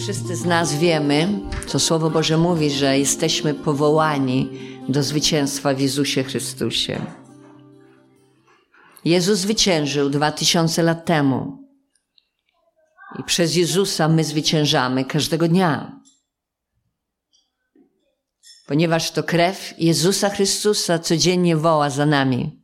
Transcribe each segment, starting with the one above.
Wszyscy z nas wiemy, co Słowo Boże mówi, że jesteśmy powołani do zwycięstwa w Jezusie Chrystusie. Jezus zwyciężył 2000 lat temu i przez Jezusa my zwyciężamy każdego dnia. Ponieważ to krew Jezusa Chrystusa codziennie woła za nami.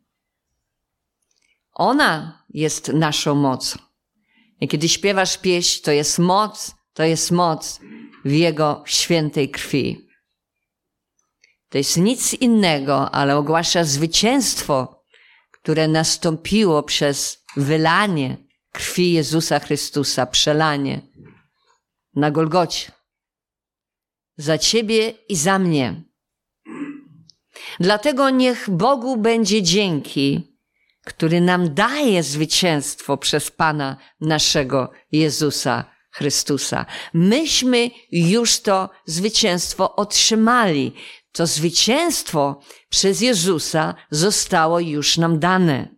Ona jest naszą mocą. I kiedy śpiewasz pieśń, to jest moc w Jego świętej krwi. To jest nic innego, ale ogłasza zwycięstwo, które nastąpiło przez wylanie krwi Jezusa Chrystusa, przelanie na Golgocie. Za ciebie i za mnie. Dlatego niech Bogu będzie dzięki, który nam daje zwycięstwo przez Pana naszego Jezusa Chrystusa. Myśmy już to zwycięstwo otrzymali. To zwycięstwo przez Jezusa zostało już nam dane.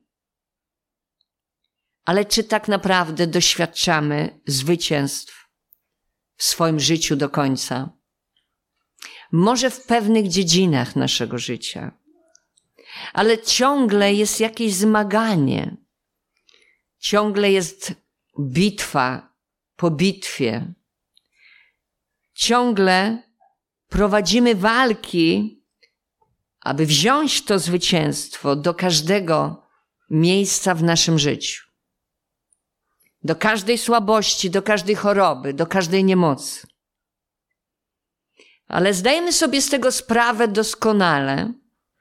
Ale czy tak naprawdę doświadczamy zwycięstw w swoim życiu do końca? Może w pewnych dziedzinach naszego życia. Ale ciągle jest jakieś zmaganie. Ciągle jest bitwa po bitwie. Ciągle prowadzimy walki, aby wziąć to zwycięstwo do każdego miejsca w naszym życiu. Do każdej słabości, do każdej choroby, do każdej niemocy. Ale zdajemy sobie z tego sprawę doskonale,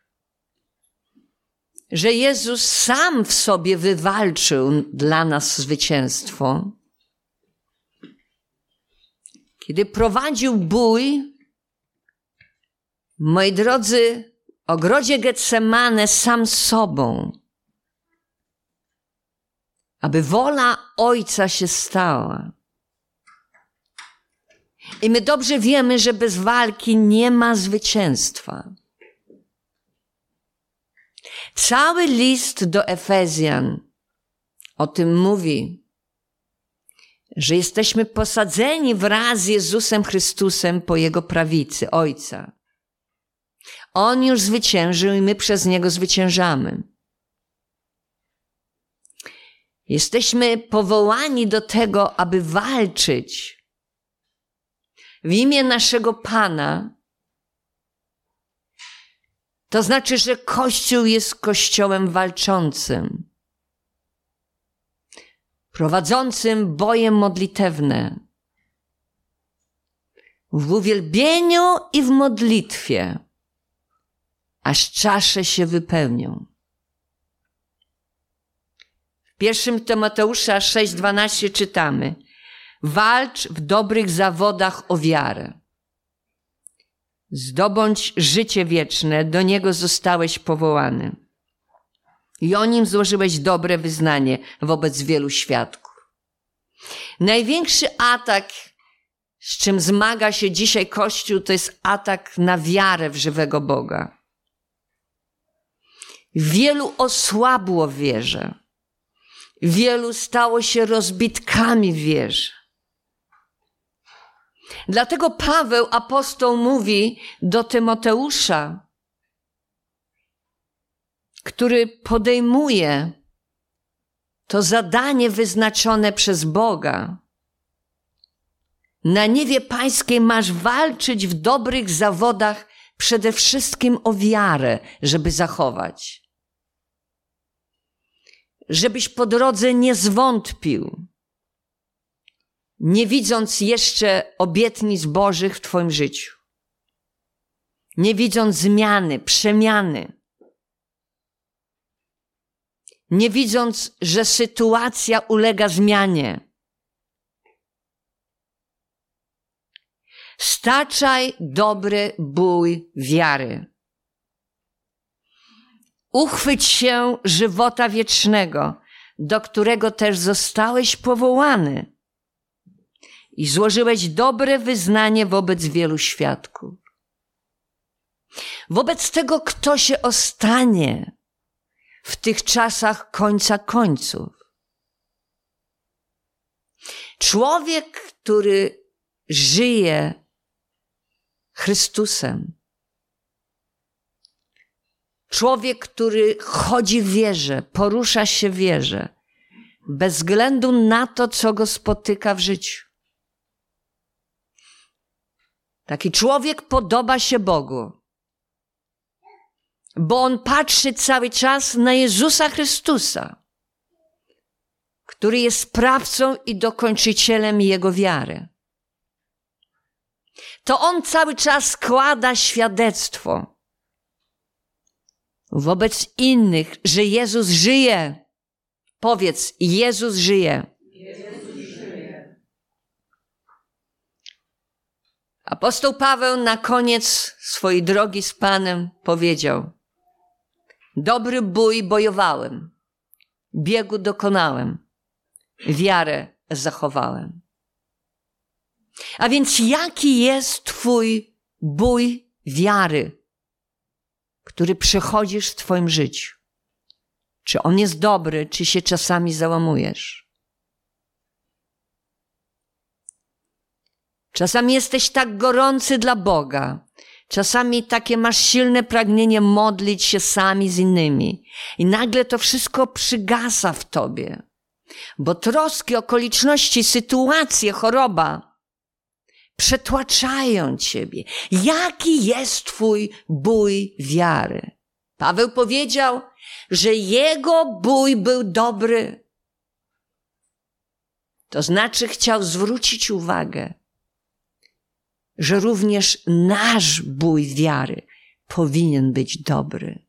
że Jezus sam w sobie wywalczył dla nas zwycięstwo. Kiedy prowadził bój, moi drodzy, w ogrodzie Getsemane sam z sobą, aby wola Ojca się stała. I my dobrze wiemy, że bez walki nie ma zwycięstwa. Cały list do Efezjan o tym mówi, że jesteśmy posadzeni wraz z Jezusem Chrystusem po Jego prawicy, Ojca. On już zwyciężył i my przez Niego zwyciężamy. Jesteśmy powołani do tego, aby walczyć w imię naszego Pana. To znaczy, że Kościół jest Kościołem walczącym, prowadzącym boje modlitewne, w uwielbieniu i w modlitwie, aż czasze się wypełnią. W 1 Tymoteusza 6:12 czytamy: walcz w dobrych zawodach o wiarę. Zdobądź życie wieczne, do niego zostałeś powołany. I o nim złożyłeś dobre wyznanie wobec wielu świadków. Największy atak, z czym zmaga się dzisiaj Kościół, to jest atak na wiarę w żywego Boga. Wielu osłabło w wierze. Wielu stało się rozbitkami w wierze. Dlatego Paweł, apostoł, mówi do Tymoteusza, który podejmuje to zadanie wyznaczone przez Boga. Na niwie pańskiej masz walczyć w dobrych zawodach przede wszystkim o wiarę, żeby zachować. Żebyś po drodze nie zwątpił, nie widząc jeszcze obietnic Bożych w twoim życiu. Nie widząc zmiany, przemiany. Nie widząc, że sytuacja ulega zmianie. Staczaj dobry bój wiary. Uchwyć się żywota wiecznego, do którego też zostałeś powołany i złożyłeś dobre wyznanie wobec wielu świadków. Wobec tego, kto się ostanie w tych czasach końca końców. Człowiek, który żyje Chrystusem. Człowiek, który chodzi w wierze, porusza się w wierze, bez względu na to, co go spotyka w życiu. Taki człowiek podoba się Bogu, bo on patrzy cały czas na Jezusa Chrystusa, który jest sprawcą i dokończycielem jego wiary. To on cały czas składa świadectwo wobec innych, że Jezus żyje. Powiedz, Jezus żyje. Jezus żyje. Apostoł Paweł na koniec swojej drogi z Panem powiedział: dobry bój bojowałem, biegu dokonałem, wiarę zachowałem. A więc jaki jest twój bój wiary, który przechodzisz w twoim życiu? Czy on jest dobry, czy się czasami załamujesz? Czasami jesteś tak gorący dla Boga. Czasami takie masz silne pragnienie modlić się sami z innymi. I nagle to wszystko przygasa w tobie. Bo troski, okoliczności, sytuacje, choroba przetłaczają ciebie. Jaki jest twój bój wiary? Paweł powiedział, że jego bój był dobry. To znaczy chciał zwrócić uwagę, że również nasz bój wiary powinien być dobry.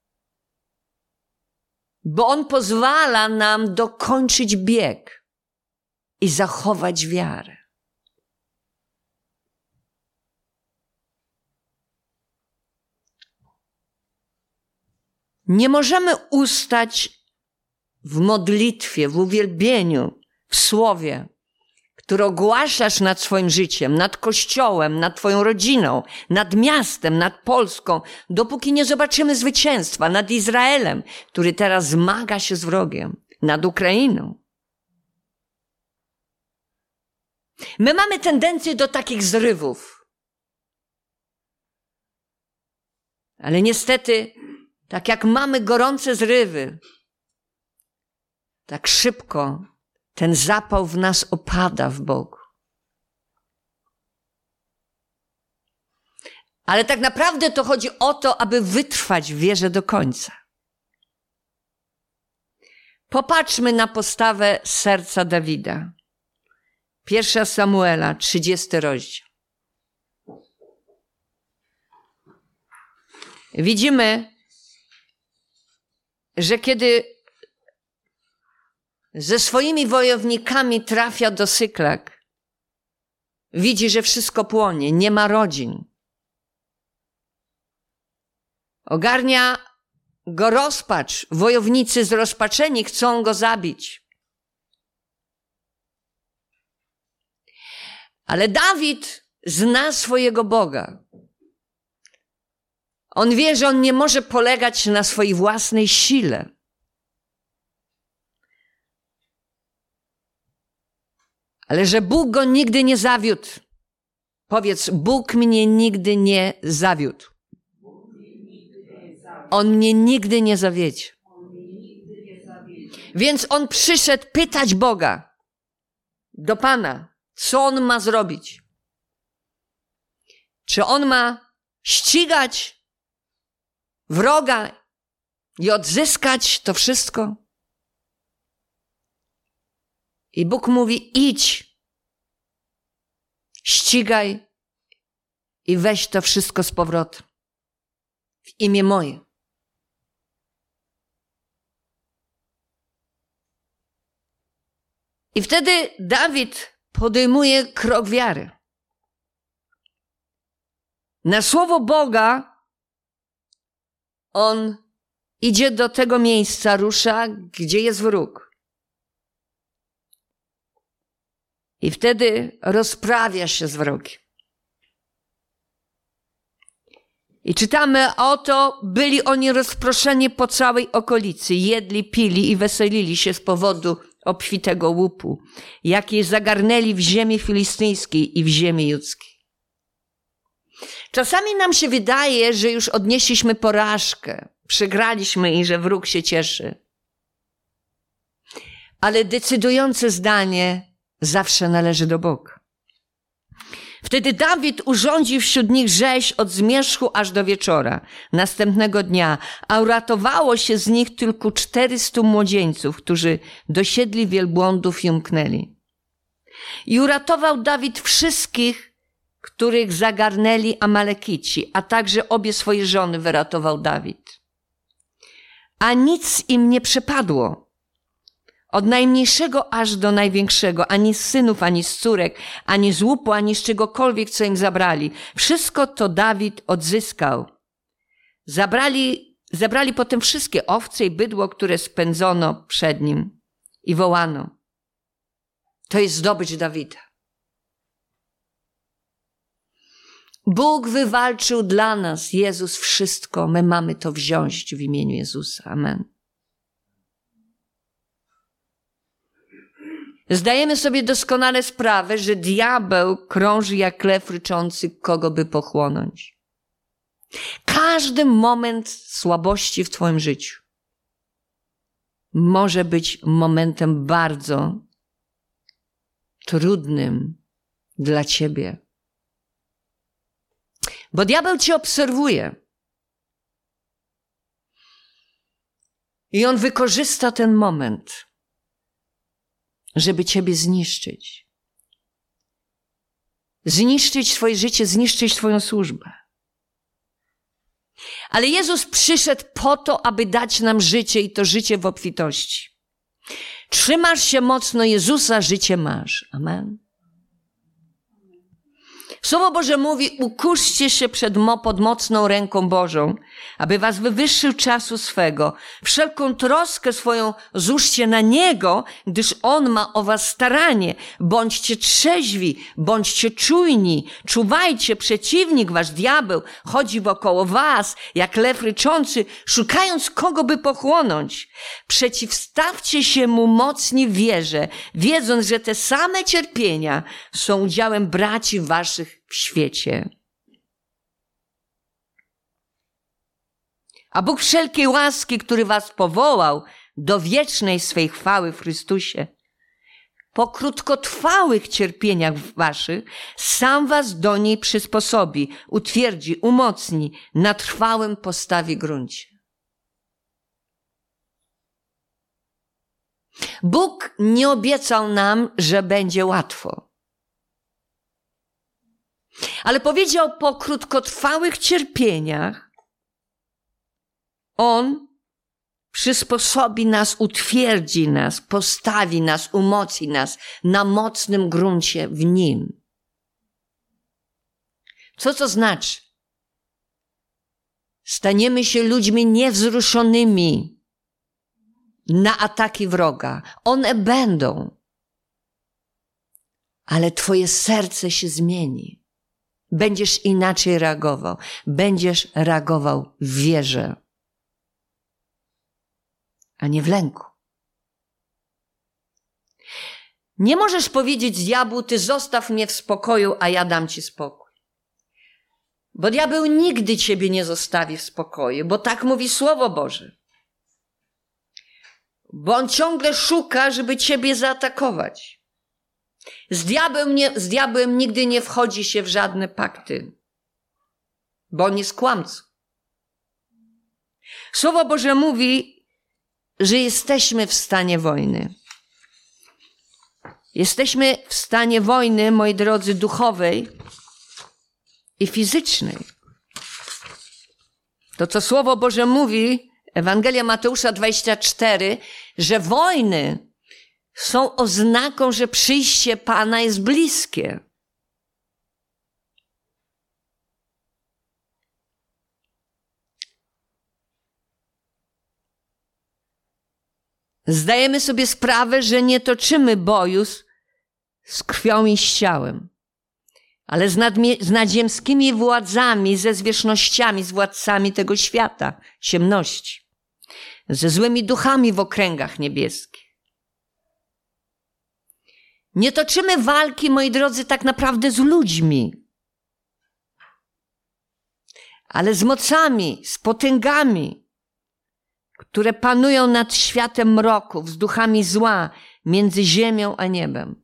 Bo on pozwala nam dokończyć bieg i zachować wiarę. Nie możemy ustać w modlitwie, w uwielbieniu, w słowie, które ogłaszasz nad swoim życiem, nad Kościołem, nad twoją rodziną, nad miastem, nad Polską, dopóki nie zobaczymy zwycięstwa nad Izraelem, który teraz zmaga się z wrogiem, nad Ukrainą. My mamy tendencję do takich zrywów. Ale niestety, tak jak mamy gorące zrywy, tak szybko ten zapał w nas opada w Bogu. Ale tak naprawdę to chodzi o to, aby wytrwać w wierze do końca. Popatrzmy na postawę serca Dawida. 1 Samuela, 30 rozdział. Widzimy, że kiedy ze swoimi wojownikami trafia do Syklak, widzi, że wszystko płonie, nie ma rodzin. Ogarnia go rozpacz. Wojownicy zrozpaczeni chcą go zabić. Ale Dawid zna swojego Boga. On wie, że on nie może polegać na swojej własnej sile. Ale że Bóg go nigdy nie zawiódł. Powiedz, Bóg mnie nigdy nie zawiódł. On mnie nigdy nie zawiedzie. Więc on przyszedł pytać Boga, do Pana, co on ma zrobić. Czy on ma ścigać wroga i odzyskać to wszystko? I Bóg mówi, idź, ścigaj i weź to wszystko z powrotem w imię moje. I wtedy Dawid podejmuje krok wiary. Na słowo Boga on idzie do tego miejsca, rusza, gdzie jest wróg. I wtedy rozprawia się z wrogiem. I czytamy, oto byli oni rozproszeni po całej okolicy, jedli, pili i weselili się z powodu obfitego łupu, jakie zagarnęli w ziemi filistyńskiej i w ziemi judzkiej. Czasami nam się wydaje, że już odnieśliśmy porażkę, przegraliśmy i że wróg się cieszy. Ale decydujące zdanie zawsze należy do Boga. Wtedy Dawid urządził wśród nich rzeź od zmierzchu aż do wieczora następnego dnia, a uratowało się z nich tylko 400 młodzieńców, którzy dosiedli wielbłądów i umknęli. I uratował Dawid wszystkich, których zagarnęli Amalekici, a także obie swoje żony wyratował Dawid. A nic im nie przepadło. Od najmniejszego aż do największego, ani z synów, ani z córek, ani z łupu, ani z czegokolwiek, co im zabrali. Wszystko to Dawid odzyskał. Zabrali potem wszystkie owce i bydło, które spędzono przed nim i wołano. To jest zdobycz Dawida. Bóg wywalczył dla nas, Jezus, wszystko. My mamy to wziąć w imieniu Jezusa. Amen. Zdajemy sobie doskonale sprawę, że diabeł krąży jak lew ryczący, kogo by pochłonąć. Każdy moment słabości w twoim życiu może być momentem bardzo trudnym dla ciebie. Bo diabeł cię obserwuje. I on wykorzysta ten moment, żeby ciebie zniszczyć. Zniszczyć twoje życie, zniszczyć twoją służbę. Ale Jezus przyszedł po to, aby dać nam życie i to życie w obfitości. Trzymasz się mocno Jezusa, życie masz. Amen. Słowo Boże mówi, ukuszcie się pod mocną ręką Bożą, aby was wywyższył czasu swego. Wszelką troskę swoją złóżcie na Niego, gdyż On ma o was staranie. Bądźcie trzeźwi, bądźcie czujni, czuwajcie, przeciwnik wasz, diabeł, chodzi wokoło was, jak lew ryczący, szukając kogo by pochłonąć. Przeciwstawcie się Mu mocni w wierze, wiedząc, że te same cierpienia są udziałem braci waszych w świecie. A Bóg wszelkiej łaski, który was powołał do wiecznej swej chwały w Chrystusie, po krótkotrwałych cierpieniach waszych, sam was do niej przysposobi, utwierdzi, umocni, na trwałym postawi gruncie. Bóg nie obiecał nam, że będzie łatwo. Ale powiedział, po krótkotrwałych cierpieniach On przysposobi nas, utwierdzi nas, postawi nas, umocni nas na mocnym gruncie w Nim. Co to znaczy? Staniemy się ludźmi niewzruszonymi na ataki wroga. One będą. Ale twoje serce się zmieni. Będziesz inaczej reagował. Będziesz reagował w wierze, a nie w lęku. Nie możesz powiedzieć diabłu, ty zostaw mnie w spokoju, a ja dam ci spokój. Bo diabeł nigdy ciebie nie zostawi w spokoju, bo tak mówi Słowo Boże. Bo on ciągle szuka, żeby ciebie zaatakować. Z diabłem nigdy nie wchodzi się w żadne pakty, bo on jest kłamcą. Słowo Boże mówi, że jesteśmy w stanie wojny. Jesteśmy w stanie wojny, moi drodzy, duchowej i fizycznej. To, co Słowo Boże mówi, Ewangelia Mateusza 24, że wojny są oznaką, że przyjście Pana jest bliskie. Zdajemy sobie sprawę, że nie toczymy boju z krwią i z ciałem, ale z nadziemskimi władzami, ze zwierzchnościami, z władcami tego świata, ciemności, ze złymi duchami w okręgach niebieskich. Nie toczymy walki, moi drodzy, tak naprawdę z ludźmi, ale z mocami, z potęgami, które panują nad światem mroków, z duchami zła, między ziemią a niebem.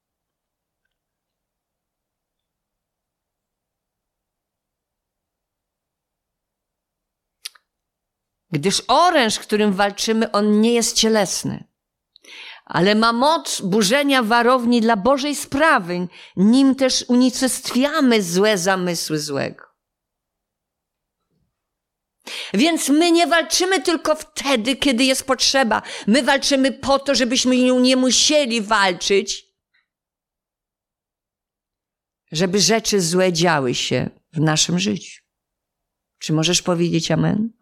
Gdyż oręż, którym walczymy, on nie jest cielesny, ale ma moc burzenia warowni dla Bożej sprawy, nim też unicestwiamy złe zamysły złego. Więc my nie walczymy tylko wtedy, kiedy jest potrzeba. My walczymy po to, żebyśmy nie musieli walczyć, żeby rzeczy złe działy się w naszym życiu. Czy możesz powiedzieć amen?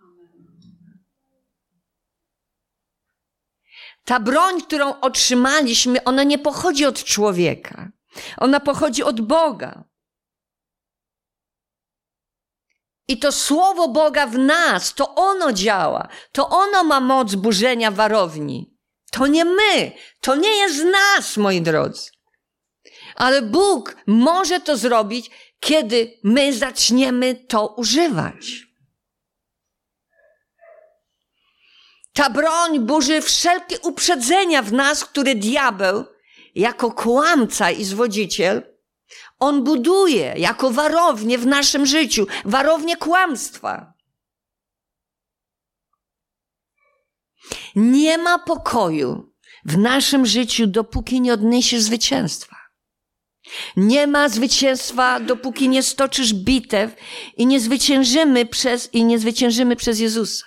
Ta broń, którą otrzymaliśmy, ona nie pochodzi od człowieka. Ona pochodzi od Boga. I to słowo Boga w nas, to ono działa. To ono ma moc burzenia warowni. To nie my. To nie jest nas, moi drodzy. Ale Bóg może to zrobić, kiedy my zaczniemy to używać. Ta broń burzy wszelkie uprzedzenia w nas, które diabeł, jako kłamca i zwodziciel, on buduje jako warownię w naszym życiu, warownię kłamstwa. Nie ma pokoju w naszym życiu, dopóki nie odniesiesz zwycięstwa. Nie ma zwycięstwa, dopóki nie stoczysz bitew i nie zwyciężymy przez Jezusa.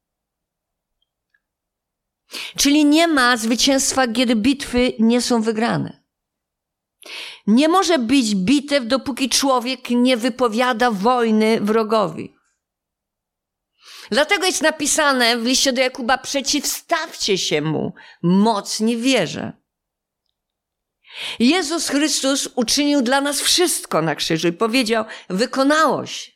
Czyli nie ma zwycięstwa, kiedy bitwy nie są wygrane. Nie może być bitew, dopóki człowiek nie wypowiada wojny wrogowi. Dlatego jest napisane w liście do Jakuba: przeciwstawcie się mu, mocni w wierze. Jezus Chrystus uczynił dla nas wszystko na krzyżu i powiedział: wykonało się.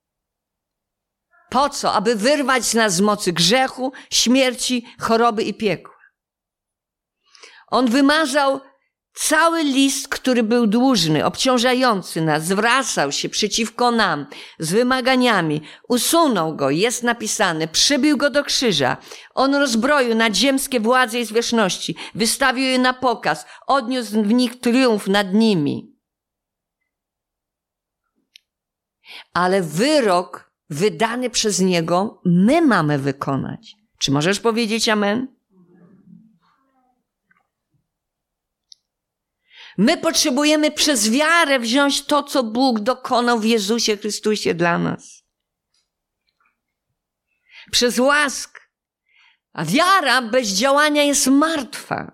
Po co? Aby wyrwać nas z mocy grzechu, śmierci, choroby i piekła. On wymazał cały list, który był dłużny, obciążający nas, zwracał się przeciwko nam z wymaganiami, usunął go, jest napisane, przybił go do krzyża. On rozbroił nadziemskie władze i zwierzchności, wystawił je na pokaz, odniósł w nich triumf nad nimi. Ale wyrok wydany przez niego my mamy wykonać. Czy możesz powiedzieć amen? My potrzebujemy przez wiarę wziąć to, co Bóg dokonał w Jezusie Chrystusie dla nas. Przez łaskę. A wiara bez działania jest martwa.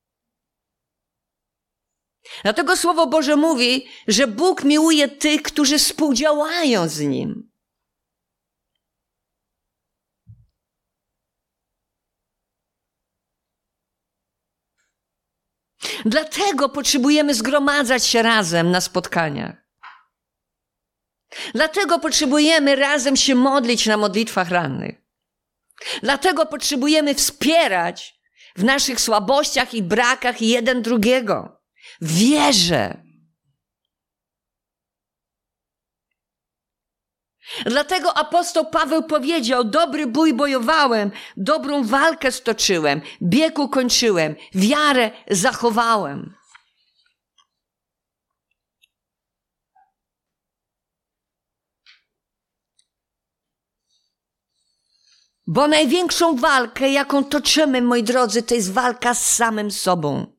Dlatego Słowo Boże mówi, że Bóg miłuje tych, którzy współdziałają z Nim. Dlatego potrzebujemy zgromadzać się razem na spotkaniach. Dlatego potrzebujemy razem się modlić na modlitwach rannych. Dlatego potrzebujemy wspierać w naszych słabościach i brakach jeden drugiego. W wierze. Dlatego apostoł Paweł powiedział: dobry bój bojowałem, dobrą walkę stoczyłem, bieg ukończyłem, wiarę zachowałem. Bo największą walkę, jaką toczymy, moi drodzy, to jest walka z samym sobą.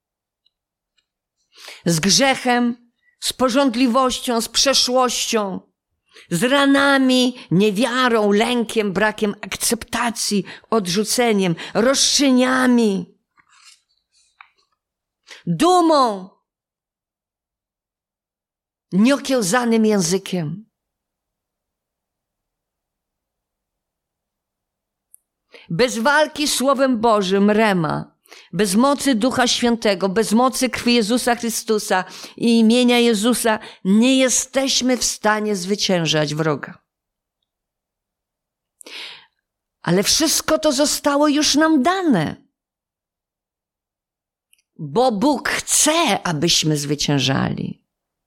Z grzechem, z pożądliwością, z przeszłością, z ranami, niewiarą, lękiem, brakiem akceptacji, odrzuceniem, roszczeniami, dumą, nieokiełzanym językiem. Bez walki Słowem Bożym, rema, bez mocy Ducha Świętego, bez mocy krwi Jezusa Chrystusa i imienia Jezusa nie jesteśmy w stanie zwyciężać wroga. Ale wszystko to zostało już nam dane. bo Bóg chce, abyśmy zwyciężali.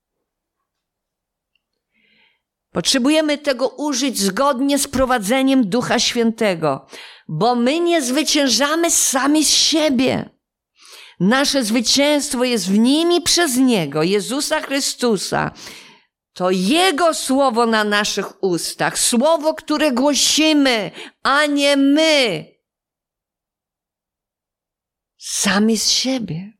Potrzebujemy tego użyć zgodnie z prowadzeniem Ducha Świętego, bo my nie zwyciężamy sami z siebie. Nasze zwycięstwo jest w Nim i przez Niego, Jezusa Chrystusa. To Jego słowo na naszych ustach, słowo, które głosimy, a nie my. Sami z siebie.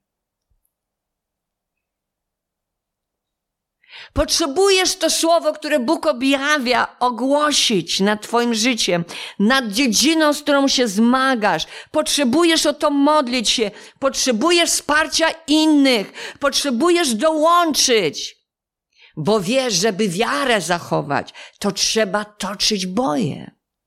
Potrzebujesz to słowo, które Bóg objawia, ogłosić nad twoim życiem, nad dziedziną, z którą się zmagasz. Potrzebujesz o to modlić się, potrzebujesz wsparcia innych, potrzebujesz dołączyć. Bo wiesz, żeby wiarę zachować, to trzeba toczyć boje.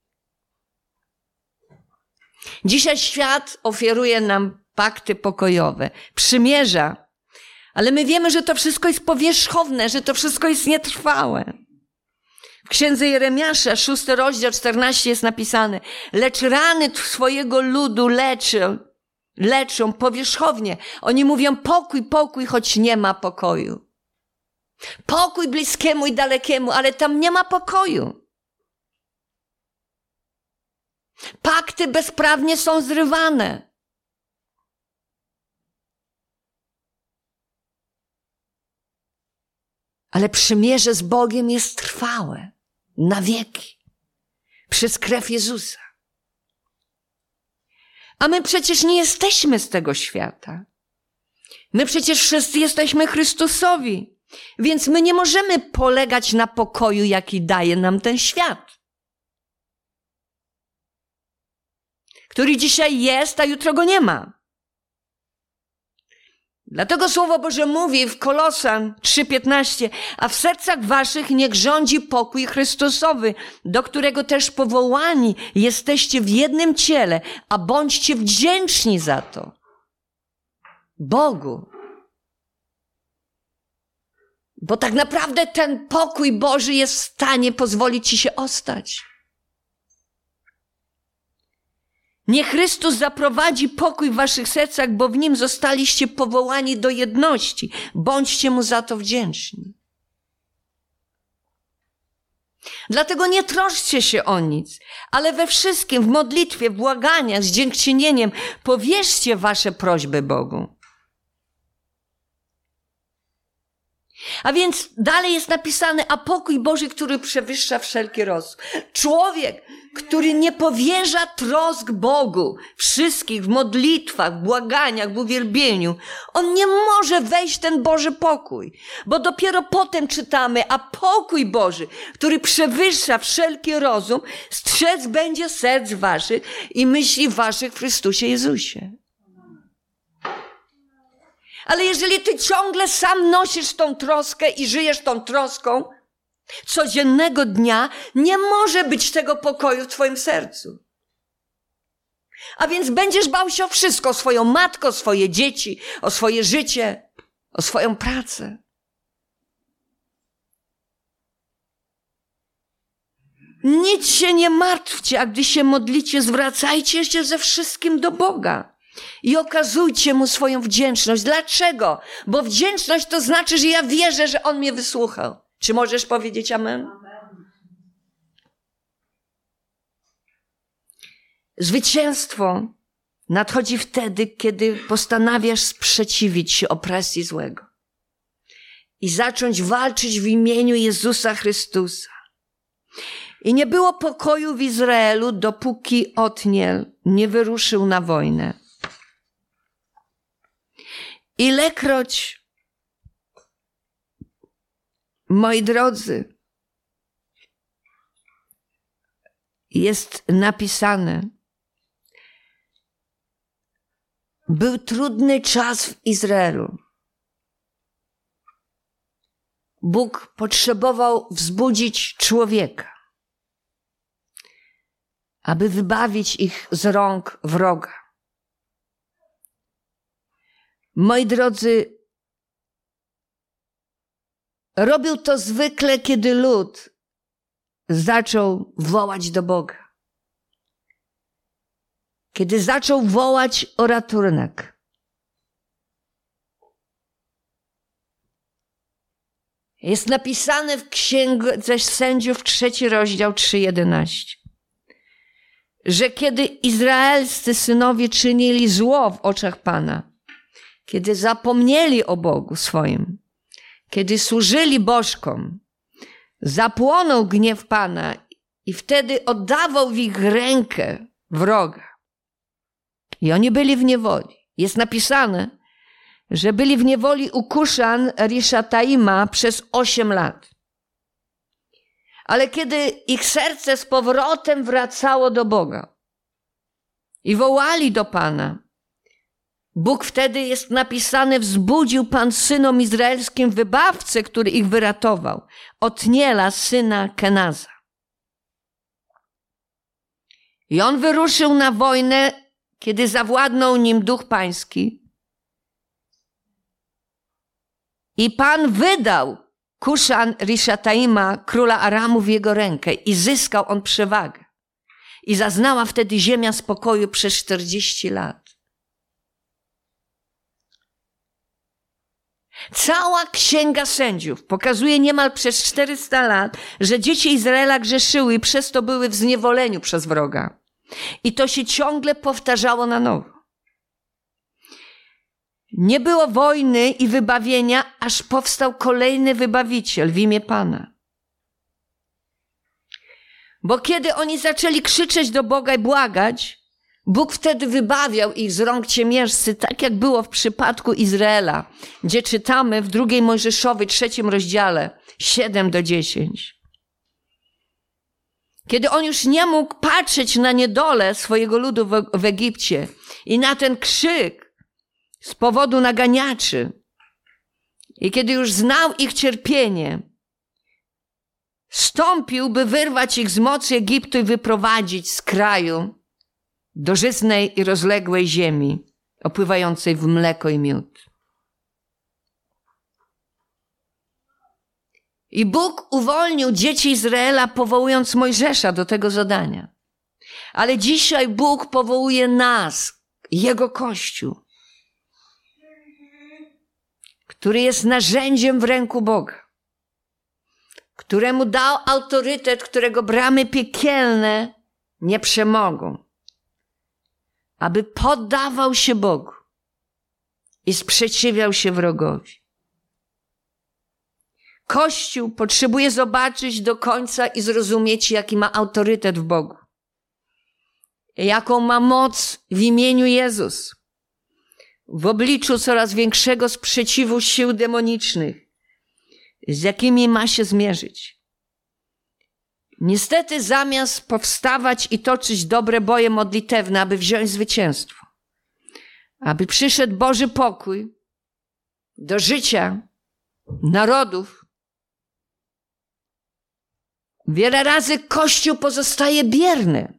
Dzisiaj świat oferuje nam pakty pokojowe, przymierza. Ale my wiemy, że to wszystko jest powierzchowne, że to wszystko jest nietrwałe. W księdze Jeremiasza, 6 rozdział 14 jest napisane: lecz rany swojego ludu leczą powierzchownie. Oni mówią pokój, pokój, choć nie ma pokoju. Pokój bliskiemu i dalekiemu, ale tam nie ma pokoju. Pakty bezprawnie są zrywane. Ale przymierze z Bogiem jest trwałe, na wieki, przez krew Jezusa. A my przecież nie jesteśmy z tego świata. My przecież wszyscy jesteśmy Chrystusowi, więc my nie możemy polegać na pokoju, jaki daje nam ten świat, który dzisiaj jest, a jutro go nie ma. Dlatego Słowo Boże mówi w Kolosan 3:15, a w sercach waszych niech rządzi pokój Chrystusowy, do którego też powołani jesteście w jednym ciele, a bądźcie wdzięczni za to Bogu. Bo tak naprawdę ten pokój Boży jest w stanie pozwolić ci się ostać. Niech Chrystus zaprowadzi pokój w waszych sercach, bo w Nim zostaliście powołani do jedności. Bądźcie Mu za to wdzięczni. Dlatego nie troszczcie się o nic, ale we wszystkim, w modlitwie, w błaganiach, z dziękczynieniem powierzcie wasze prośby Bogu. A więc dalej jest napisane, a pokój Boży, który przewyższa wszelki rozum. Człowiek, który nie powierza trosk Bogu, wszystkich w modlitwach, w błaganiach, w uwielbieniu, on nie może wejść w ten Boży pokój, bo dopiero potem czytamy, a pokój Boży, który przewyższa wszelki rozum, strzec będzie serc waszych i myśli waszych w Chrystusie Jezusie. Ale jeżeli ty ciągle sam nosisz tą troskę i żyjesz tą troską codziennego dnia, nie może być tego pokoju w twoim sercu. A więc będziesz bał się o wszystko, o swoją matkę, o swoje dzieci, o swoje życie, o swoją pracę. Nic się nie martwcie, a gdy się modlicie, zwracajcie się ze wszystkim do Boga. I okazujcie Mu swoją wdzięczność. Dlaczego? Bo wdzięczność to znaczy, że ja wierzę, że On mnie wysłuchał. Czy możesz powiedzieć amen? Zwycięstwo nadchodzi wtedy, kiedy postanawiasz sprzeciwić się opresji złego i zacząć walczyć w imieniu Jezusa Chrystusa. I nie było pokoju w Izraelu, dopóki Otniel nie wyruszył na wojnę. Ilekroć, moi drodzy, jest napisane, był trudny czas w Izraelu. Bóg potrzebował wzbudzić człowieka, aby wybawić ich z rąk wroga. Moi drodzy, robił to zwykle, kiedy lud zaczął wołać do Boga. Kiedy zaczął wołać o ratunek. Jest napisane w Księdze Sędziów 3 rozdział 3:11, że kiedy izraelscy synowie czynili zło w oczach Pana, kiedy zapomnieli o Bogu swoim, kiedy służyli bożkom, zapłonął gniew Pana i wtedy oddawał w ich rękę wroga. I oni byli w niewoli. Jest napisane, że byli w niewoli u Kuszan Riszataima przez 8 lat. Ale kiedy ich serce z powrotem wracało do Boga i wołali do Pana, Bóg wtedy, jest napisane, wzbudził Pan synom izraelskim wybawcę, który ich wyratował, Otniela, syna Kenaza. I on wyruszył na wojnę, kiedy zawładnął nim duch pański. I Pan wydał Kuszan Riszataima, króla Aramu, w jego rękę i zyskał on przewagę. I zaznała wtedy ziemia spokoju przez 40 lat. Cała Księga Sędziów pokazuje niemal przez 400 lat, że dzieci Izraela grzeszyły i przez to były w zniewoleniu przez wroga. I to się ciągle powtarzało na nowo. Nie było wojny i wybawienia, aż powstał kolejny wybawiciel w imię Pana. Bo kiedy oni zaczęli krzyczeć do Boga i błagać, Bóg wtedy wybawiał ich z rąk ciemiężcy, tak jak było w przypadku Izraela, gdzie czytamy w 2 Mojżeszowej 3 rozdziale 7-10. Kiedy on już nie mógł patrzeć na niedolę swojego ludu w Egipcie i na ten krzyk z powodu naganiaczy, i kiedy już znał ich cierpienie, stąpił, by wyrwać ich z mocy Egiptu i wyprowadzić z kraju do żyznej i rozległej ziemi, opływającej w mleko i miód. I Bóg uwolnił dzieci Izraela, powołując Mojżesza do tego zadania. Ale dzisiaj Bóg powołuje nas, Jego Kościół, który jest narzędziem w ręku Boga, któremu dał autorytet, którego bramy piekielne nie przemogą, aby poddawał się Bogu i sprzeciwiał się wrogowi. Kościół potrzebuje zobaczyć do końca i zrozumieć, jaki ma autorytet w Bogu, jaką ma moc w imieniu Jezus, w obliczu coraz większego sprzeciwu sił demonicznych, z jakimi ma się zmierzyć. Niestety, zamiast powstawać i toczyć dobre boje modlitewne, aby wziąć zwycięstwo, aby przyszedł Boży pokój do życia narodów, wiele razy Kościół pozostaje bierny.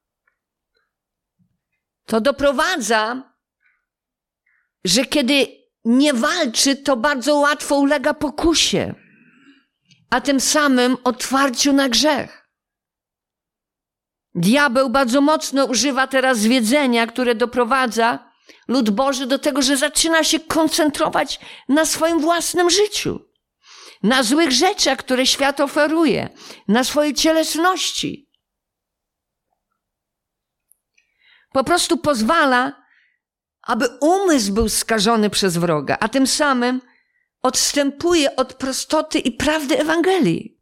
To doprowadza, że kiedy nie walczy, to bardzo łatwo ulega pokusie, a tym samym otwarciu na grzech. Diabeł bardzo mocno używa teraz zwiedzenia, które doprowadza lud Boży do tego, że zaczyna się koncentrować na swoim własnym życiu, na złych rzeczach, które świat oferuje, na swojej cielesności. Po prostu pozwala, aby umysł był skażony przez wroga, a tym samym odstępuje od prostoty i prawdy Ewangelii.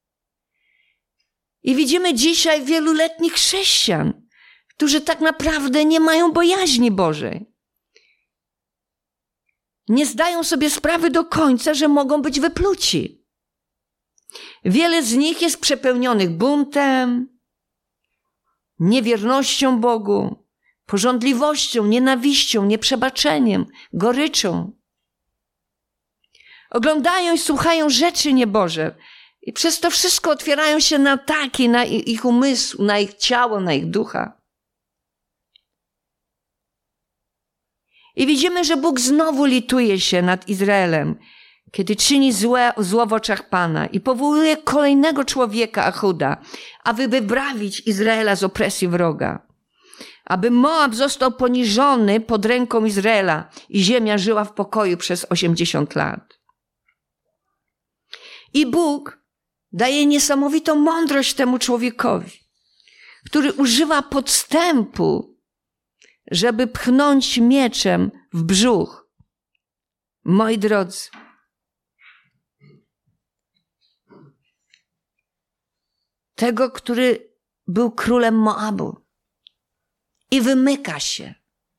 I widzimy dzisiaj wieloletnich chrześcijan, którzy tak naprawdę nie mają bojaźni Bożej. Nie zdają sobie sprawy do końca, że mogą być wypluci. Wiele z nich jest przepełnionych buntem, niewiernością Bogu, pożądliwością, nienawiścią, nieprzebaczeniem, goryczą. Oglądają i słuchają rzeczy nieboże i przez to wszystko otwierają się na ataki, na ich umysł, na ich ciało, na ich ducha. I widzimy, że Bóg znowu lituje się nad Izraelem, kiedy czyni zło w oczach Pana i powołuje kolejnego człowieka, Achuda, aby wyprawić Izraela z opresji wroga. Aby Moab został poniżony pod ręką Izraela i ziemia żyła w pokoju przez 80 lat. I Bóg daje niesamowitą mądrość temu człowiekowi, który używa podstępu, żeby pchnąć mieczem w brzuch. Moi drodzy, tego, który był królem Moabu i wymyka się.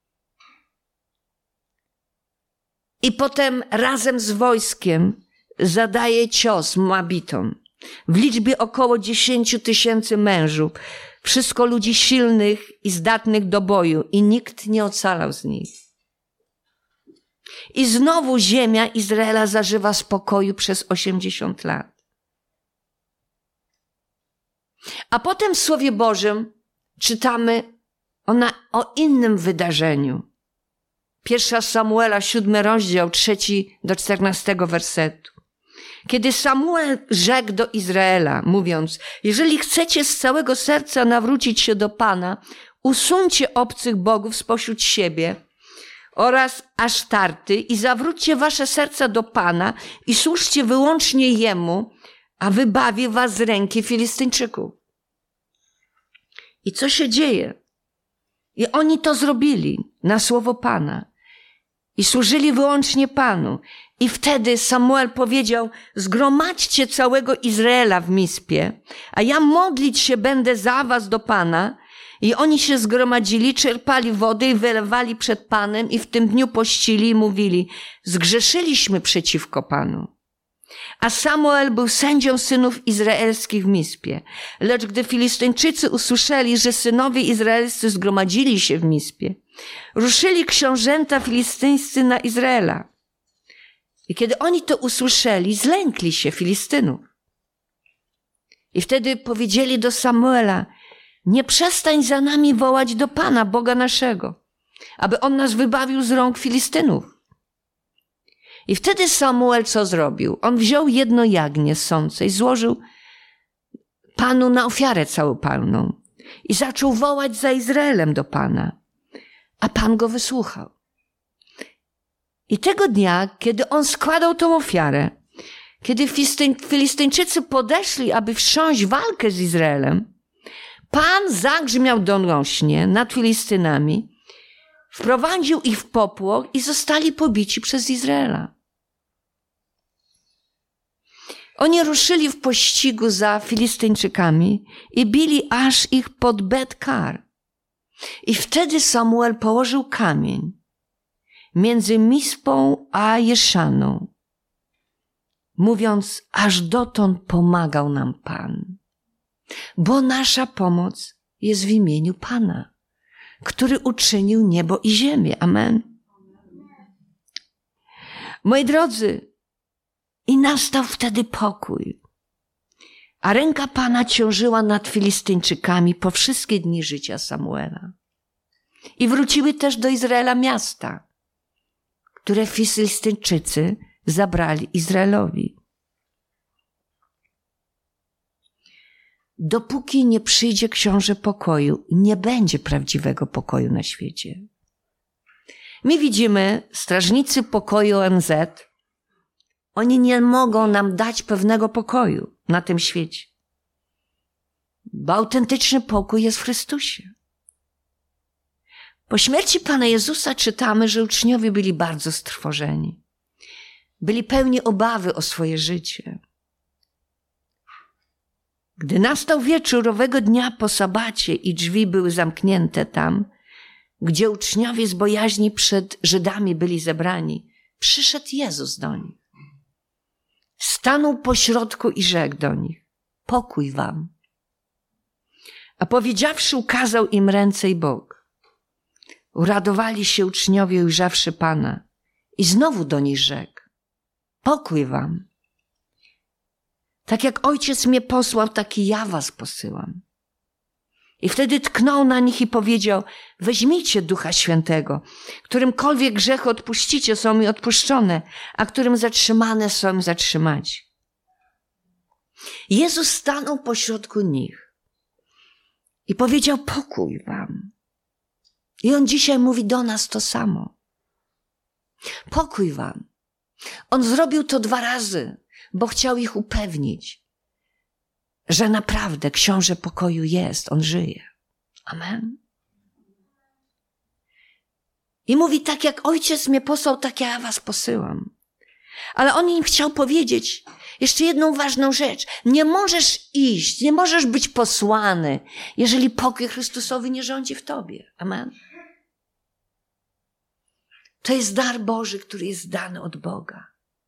I potem razem z wojskiem zadaje cios Moabitom w liczbie około 10 000 mężów. Wszystko ludzi silnych i zdatnych do boju i nikt nie ocalał z nich. I znowu ziemia Izraela zażywa spokoju przez 80 lat. A potem w Słowie Bożym czytamy o innym wydarzeniu. 1 Samuela, 7 rozdział, 3 do 14 wersetu. Kiedy Samuel rzekł do Izraela, mówiąc: jeżeli chcecie z całego serca nawrócić się do Pana, usuńcie obcych bogów spośród siebie oraz Asztarty i zawróćcie wasze serca do Pana i służcie wyłącznie Jemu, a wybawi was z ręki Filistyńczyków. I co się dzieje? I oni to zrobili na słowo Pana i służyli wyłącznie Panu. I wtedy Samuel powiedział: zgromadźcie całego Izraela w Mispie, a ja modlić się będę za was do Pana. I oni się zgromadzili, czerpali wody i wylewali przed Panem i w tym dniu pościli i mówili: zgrzeszyliśmy przeciwko Panu. A Samuel był sędzią synów izraelskich w Mispie. Lecz gdy Filistyńczycy usłyszeli, że synowie izraelscy zgromadzili się w Mispie, ruszyli książęta filistyńscy na Izraela. I kiedy oni to usłyszeli, zlękli się Filistynów. I wtedy powiedzieli do Samuela: nie przestań za nami wołać do Pana, Boga naszego, aby On nas wybawił z rąk Filistynów. I wtedy Samuel co zrobił? On wziął jedno jagnię ssące i złożył Panu na ofiarę całopalną i zaczął wołać za Izraelem do Pana, a Pan go wysłuchał. I tego dnia, kiedy on składał tą ofiarę, kiedy Filistyńczycy podeszli, aby wstrząść walkę z Izraelem, Pan zagrzmiał donośnie nad Filistynami, wprowadził ich w popłoch i zostali pobici przez Izraela. Oni ruszyli w pościgu za Filistyńczykami i bili aż ich pod Bet-Kar. I wtedy Samuel położył kamień między Mispą a Jeszaną, mówiąc: aż dotąd pomagał nam Pan, bo nasza pomoc jest w imieniu Pana, który uczynił niebo i ziemię. Amen. Moi drodzy, i nastał wtedy pokój, a ręka Pana ciążyła nad Filistyńczykami po wszystkie dni życia Samuela. I wróciły też do Izraela miasta, które Filistyńczycy zabrali Izraelowi. Dopóki nie przyjdzie książę pokoju, nie będzie prawdziwego pokoju na świecie. My widzimy, strażnicy pokoju ONZ, oni nie mogą nam dać pewnego pokoju na tym świecie. Bo autentyczny pokój jest w Chrystusie. Po śmierci Pana Jezusa czytamy, że uczniowie byli bardzo strwożeni. Byli pełni obawy o swoje życie. Gdy nastał wieczór owego dnia po sabacie i drzwi były zamknięte tam, gdzie uczniowie z bojaźni przed Żydami byli zebrani, przyszedł Jezus do nich. Stanął pośrodku i rzekł do nich: pokój wam. A powiedziawszy, ukazał im ręce i bok. Uradowali się uczniowie, ujrzawszy Pana, i znowu do nich rzekł: pokój wam. Tak jak Ojciec mnie posłał, tak i ja was posyłam. I wtedy tknął na nich i powiedział: weźmijcie Ducha Świętego. Którymkolwiek grzech odpuścicie, są mi odpuszczone, a którym zatrzymane, są mi zatrzymacie. Jezus stanął pośrodku nich i powiedział: pokój wam. I On dzisiaj mówi do nas to samo. Pokój wam. On zrobił to 2 razy. bo chciał ich upewnić, że naprawdę książę pokoju jest, on żyje. Amen. I mówi, tak jak ojciec mnie posłał, tak ja was posyłam. Ale on im chciał powiedzieć jeszcze jedną ważną rzecz. Nie możesz iść, nie możesz być posłany, jeżeli pokój Chrystusowy nie rządzi w tobie. Amen. To jest dar Boży, który jest dany od Boga.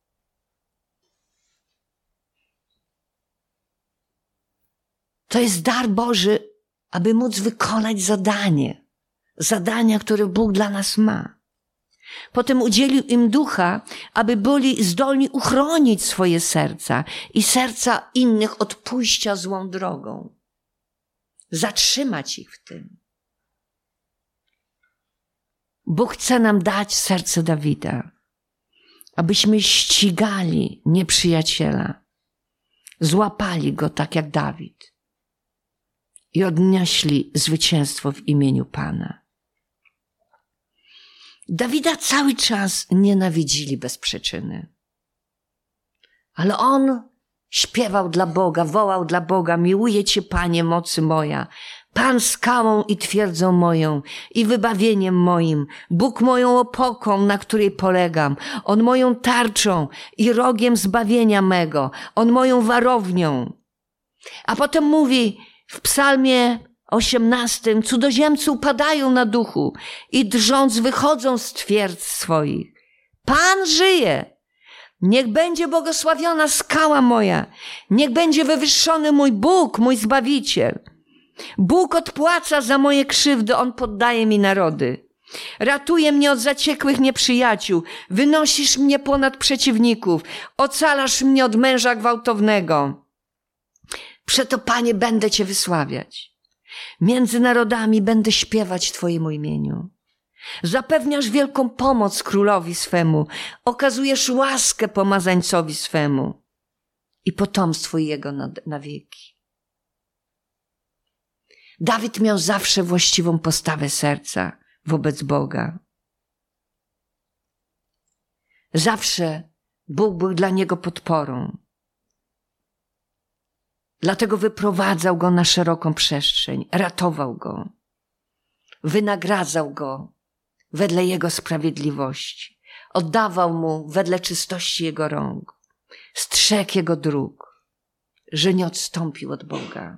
To jest dar Boży, aby móc wykonać zadania, które Bóg dla nas ma. Potem udzielił im ducha, aby byli zdolni uchronić swoje serca i serca innych od pójścia złą drogą. Zatrzymać ich w tym. Bóg chce nam dać serce Dawida, abyśmy ścigali nieprzyjaciela, złapali go tak jak Dawid i odnieśli zwycięstwo w imieniu Pana. Dawida cały czas nienawidzili bez przyczyny. Ale on śpiewał dla Boga, wołał dla Boga: miłuję Cię, Panie, mocy moja, Pan skałą i twierdzą moją i wybawieniem moim, Bóg moją opoką, na której polegam, On moją tarczą i rogiem zbawienia mego, On moją warownią. A potem mówi w psalmie 18: cudzoziemcy upadają na duchu i drżąc wychodzą z twierdz swoich. Pan żyje. Niech będzie błogosławiona skała moja. Niech będzie wywyższony mój Bóg, mój Zbawiciel. Bóg odpłaca za moje krzywdy, On poddaje mi narody. Ratuje mnie od zaciekłych nieprzyjaciół. Wynosisz mnie ponad przeciwników. Ocalasz mnie od męża gwałtownego. Przeto, Panie, będę Cię wysławiać. Między narodami będę śpiewać Twojemu imieniu. Zapewniasz wielką pomoc królowi swemu, okazujesz łaskę pomazańcowi swemu i potomstwu jego na wieki. Dawid miał zawsze właściwą postawę serca wobec Boga. Zawsze Bóg był dla niego podporą. Dlatego wyprowadzał go na szeroką przestrzeń, ratował go, wynagradzał go wedle jego sprawiedliwości, oddawał mu wedle czystości jego rąk, strzegł jego dróg, że nie odstąpił od Boga.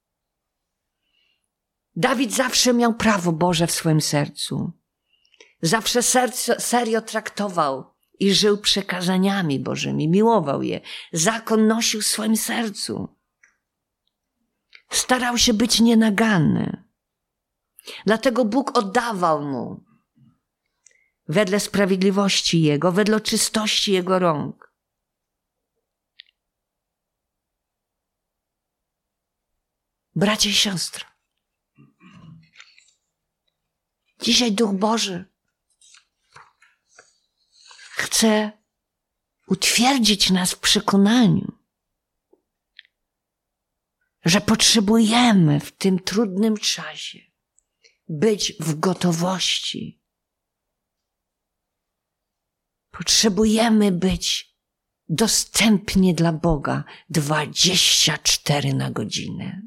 Dawid zawsze miał prawo Boże w swoim sercu. Zawsze serio traktował i żył przekazaniami Bożymi, miłował je, zakon nosił w swoim sercu. Starał się być nienaganny. Dlatego Bóg oddawał mu wedle sprawiedliwości jego, wedle czystości jego rąk. Bracia i siostry, dzisiaj Duch Boży chce utwierdzić nas w przekonaniu, że potrzebujemy w tym trudnym czasie być w gotowości. Potrzebujemy być dostępni dla Boga 24 na godzinę.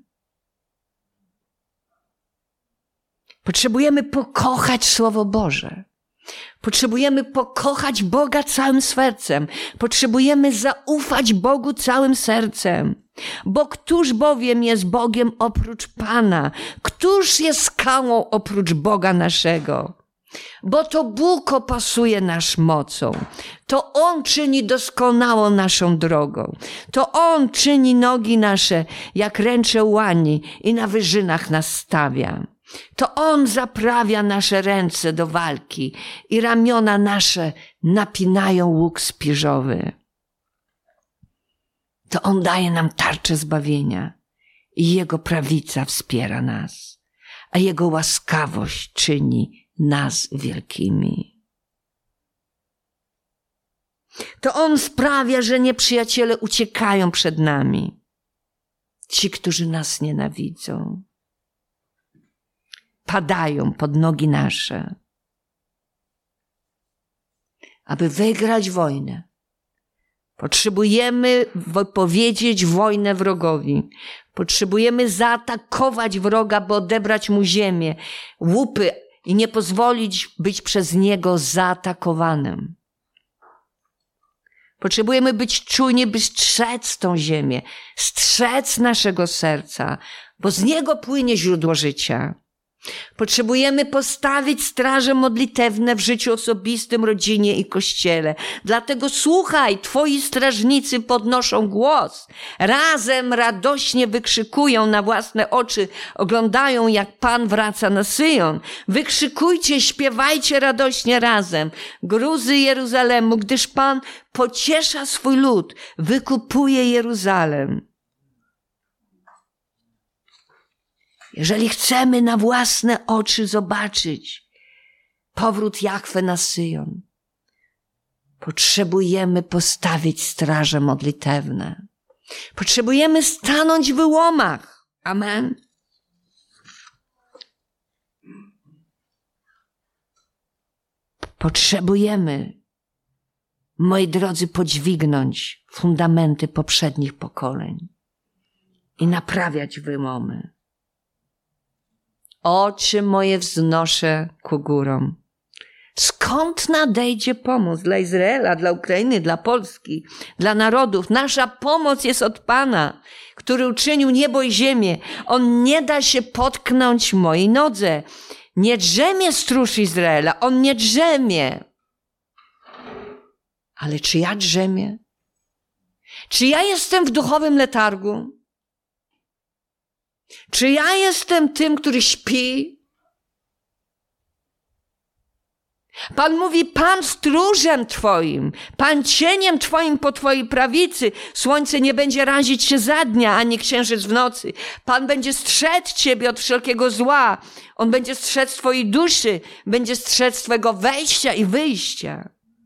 Potrzebujemy pokochać Słowo Boże. Potrzebujemy pokochać Boga całym sercem. Potrzebujemy zaufać Bogu całym sercem. Bo któż bowiem jest Bogiem oprócz Pana? Któż jest skałą oprócz Boga naszego? Bo to Bóg opasuje nas mocą. To On czyni doskonałą naszą drogą. To On czyni nogi nasze jak ręcze łani i na wyżynach nas stawia. To On zaprawia nasze ręce do walki i ramiona nasze napinają łuk spiżowy. To On daje nam tarczę zbawienia i Jego prawica wspiera nas, a Jego łaskawość czyni nas wielkimi. To On sprawia, że nieprzyjaciele uciekają przed nami. Ci, którzy nas nienawidzą, padają pod nogi nasze. Aby wygrać wojnę, Potrzebujemy wypowiedzieć wojnę wrogowi. Potrzebujemy zaatakować wroga, by odebrać mu ziemię, łupy i nie pozwolić być przez niego zaatakowanym. Potrzebujemy być czujni, by strzec tą ziemię, strzec naszego serca, bo z niego płynie źródło życia. Potrzebujemy postawić straże modlitewne w życiu osobistym, rodzinie i kościele. Dlatego słuchaj, twoi strażnicy podnoszą głos. Razem radośnie wykrzykują na własne oczy, oglądają jak Pan wraca na Syjon. Wykrzykujcie, śpiewajcie radośnie razem. Gruzy Jeruzalemu, gdyż Pan pociesza swój lud, wykupuje Jeruzalem. Jeżeli chcemy na własne oczy zobaczyć powrót Jahwe na Syjon, potrzebujemy postawić straże modlitewne. Potrzebujemy stanąć w wyłomach. Amen. Potrzebujemy, moi drodzy, podźwignąć fundamenty poprzednich pokoleń i naprawiać wyłomy. Oczy moje wznoszę ku górom. Skąd nadejdzie pomoc dla Izraela, dla Ukrainy, dla Polski, dla narodów? Nasza pomoc jest od Pana, który uczynił niebo i ziemię. On nie da się potknąć mojej nodze. Nie drzemie stróż Izraela, on nie drzemie. Ale czy ja drzemię? Czy ja jestem w duchowym letargu? Czy ja jestem tym, który śpi? Pan mówi, Pan stróżem Twoim, Pan cieniem Twoim po Twojej prawicy. Słońce nie będzie razić się za dnia, ani księżyc w nocy. Pan będzie strzec Ciebie od wszelkiego zła. On będzie strzec Twojej duszy, będzie strzec Twojego wejścia i wyjścia.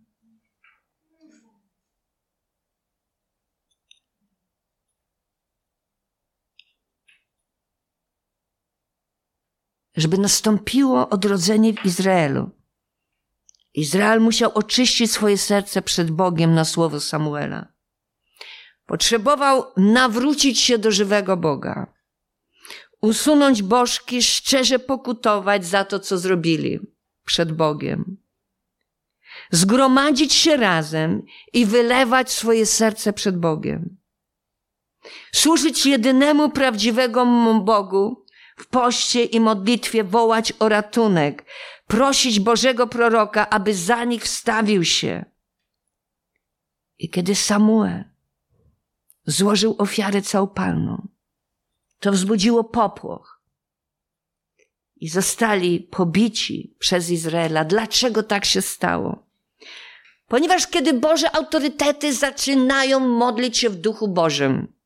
Żeby nastąpiło odrodzenie w Izraelu. Izrael musiał oczyścić swoje serce przed Bogiem na słowo Samuela. Potrzebował nawrócić się do żywego Boga. Usunąć bożki, szczerze pokutować za to, co zrobili przed Bogiem. Zgromadzić się razem i wylewać swoje serce przed Bogiem. Służyć jedynemu prawdziwemu Bogu, w poście i modlitwie wołać o ratunek, prosić Bożego proroka, aby za nich wstawił się. I kiedy Samuel złożył ofiarę całopalną, to wzbudziło popłoch i zostali pobici przez Izraela. Dlaczego tak się stało? Ponieważ kiedy Boże autorytety zaczynają modlić się w Duchu Bożym,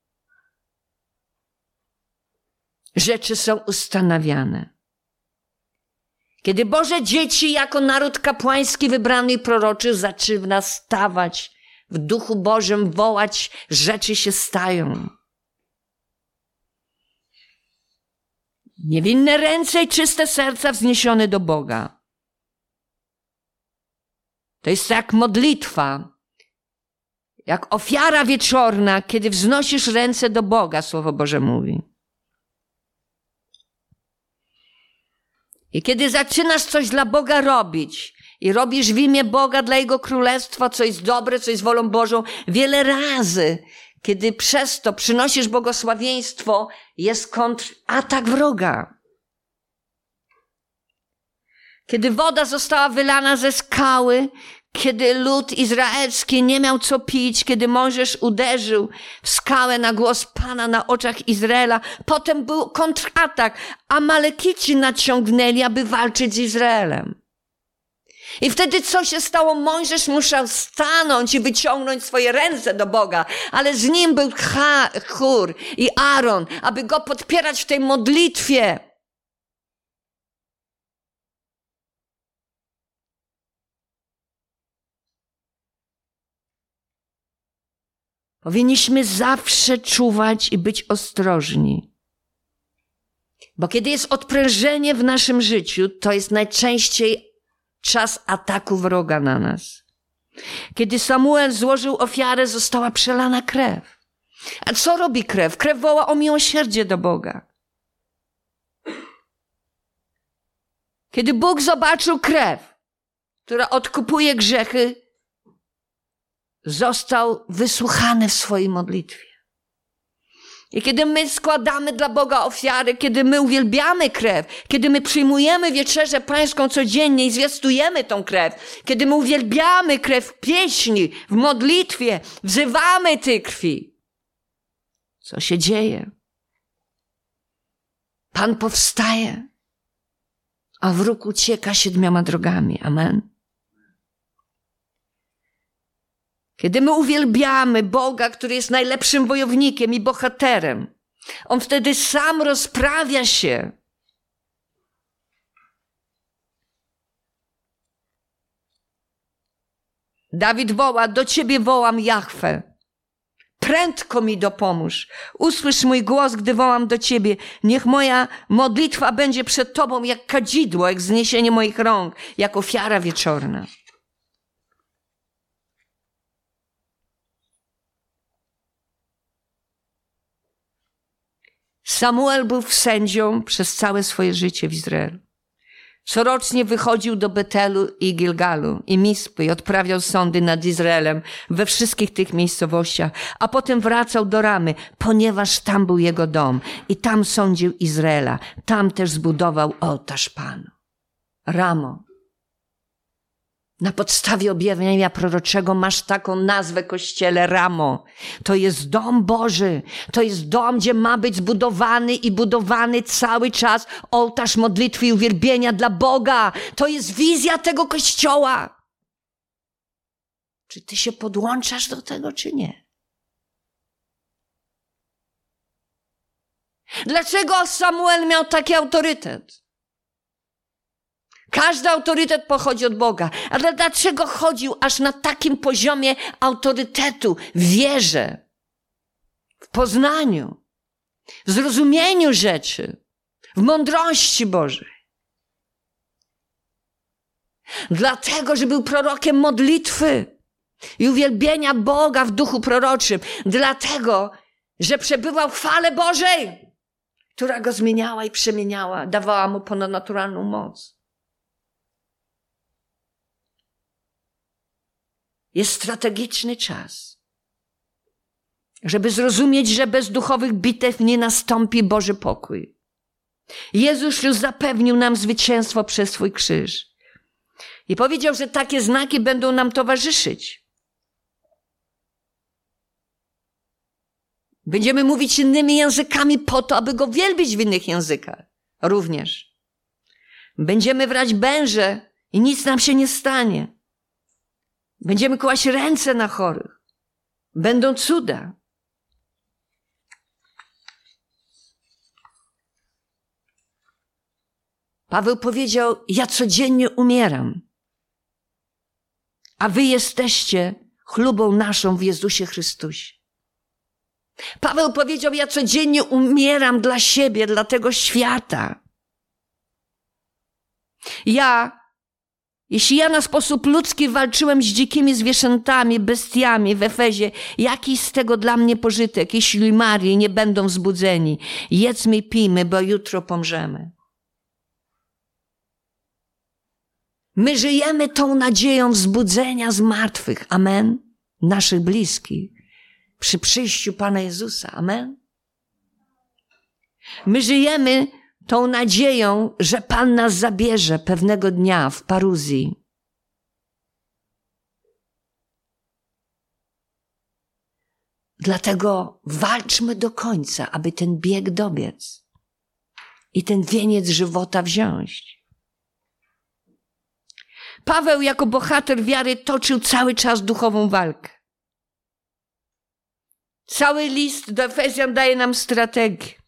rzeczy są ustanawiane. Kiedy Boże dzieci jako naród kapłański wybrany i proroczy zaczyna stawać w Duchu Bożym, wołać, rzeczy się stają. Niewinne ręce i czyste serca wzniesione do Boga. To jest jak modlitwa, jak ofiara wieczorna, kiedy wznosisz ręce do Boga, Słowo Boże mówi. I kiedy zaczynasz coś dla Boga robić i robisz w imię Boga dla Jego Królestwa, co jest dobre, co jest wolą Bożą, wiele razy, kiedy przez to przynosisz błogosławieństwo, jest kontratak wroga. Kiedy woda została wylana ze skały, kiedy lud izraelski nie miał co pić, kiedy Mojżesz uderzył w skałę na głos Pana na oczach Izraela, potem był kontratak. Amalekici nadciągnęli, aby walczyć z Izraelem. I wtedy co się stało? Mojżesz musiał stanąć i wyciągnąć swoje ręce do Boga, ale z nim był Hur i Aaron, aby go podpierać w tej modlitwie. Powinniśmy zawsze czuwać i być ostrożni. Bo kiedy jest odprężenie w naszym życiu, to jest najczęściej czas ataku wroga na nas. Kiedy Samuel złożył ofiarę, została przelana krew. A co robi krew? Krew woła o miłosierdzie do Boga. Kiedy Bóg zobaczył krew, która odkupuje grzechy, został wysłuchany w swojej modlitwie. I kiedy my składamy dla Boga ofiary, kiedy my uwielbiamy krew, kiedy my przyjmujemy wieczerzę pańską codziennie i zwiastujemy tą krew, kiedy my uwielbiamy krew w pieśni, w modlitwie, wzywamy tej krwi, co się dzieje? Pan powstaje, a wróg ucieka 7 drogami. Amen. Kiedy my uwielbiamy Boga, który jest najlepszym wojownikiem i bohaterem, On wtedy sam rozprawia się. Dawid woła, do Ciebie wołam, Jahwe. Prędko mi dopomóż. Usłysz mój głos, gdy wołam do Ciebie. Niech moja modlitwa będzie przed Tobą jak kadzidło, jak zniesienie moich rąk, jak ofiara wieczorna. Samuel był sędzią przez całe swoje życie w Izraelu. Corocznie wychodził do Betelu i Gilgalu i Mispy i odprawiał sądy nad Izraelem we wszystkich tych miejscowościach, a potem wracał do Ramy, ponieważ tam był jego dom i tam sądził Izraela. Tam też zbudował ołtarz Panu. Ramo. Na podstawie objawienia proroczego masz taką nazwę kościele Ramo. To jest dom Boży. To jest dom, gdzie ma być zbudowany i budowany cały czas ołtarz modlitwy i uwielbienia dla Boga. To jest wizja tego kościoła. Czy ty się podłączasz do tego, czy nie? Dlaczego Samuel miał taki autorytet? Każdy autorytet pochodzi od Boga. Ale dlaczego chodził aż na takim poziomie autorytetu, w wierze, w poznaniu, w zrozumieniu rzeczy, w mądrości Bożej? Dlatego, że był prorokiem modlitwy i uwielbienia Boga w duchu proroczym. Dlatego, że przebywał w chwale Bożej, która go zmieniała i przemieniała, dawała mu ponadnaturalną moc. Jest strategiczny czas, żeby zrozumieć, że bez duchowych bitew nie nastąpi Boży pokój. Jezus już zapewnił nam zwycięstwo przez swój krzyż. I powiedział, że takie znaki będą nam towarzyszyć. Będziemy mówić innymi językami po to, aby Go wielbić w innych językach również. Będziemy brać węże i nic nam się nie stanie. Będziemy kłaść ręce na chorych. Będą cuda. Paweł powiedział, ja codziennie umieram, a wy jesteście chlubą naszą w Jezusie Chrystusie. Paweł powiedział, ja codziennie umieram dla siebie, dla tego świata. Jeśli ja na sposób ludzki walczyłem z dzikimi zwierzętami, bestiami w Efezie, jaki z tego dla mnie pożytek, jeśli Marii nie będą wzbudzeni? Jedzmy i pijmy, bo jutro pomrzemy. My żyjemy tą nadzieją wzbudzenia z martwych. Amen. Naszych bliskich. Przy przyjściu Pana Jezusa. Amen. My żyjemy tą nadzieją, że Pan nas zabierze pewnego dnia w paruzji. Dlatego walczmy do końca, aby ten bieg dobiec i ten wieniec żywota wziąć. Paweł jako bohater wiary toczył cały czas duchową walkę. Cały list do Efezjan daje nam strategię.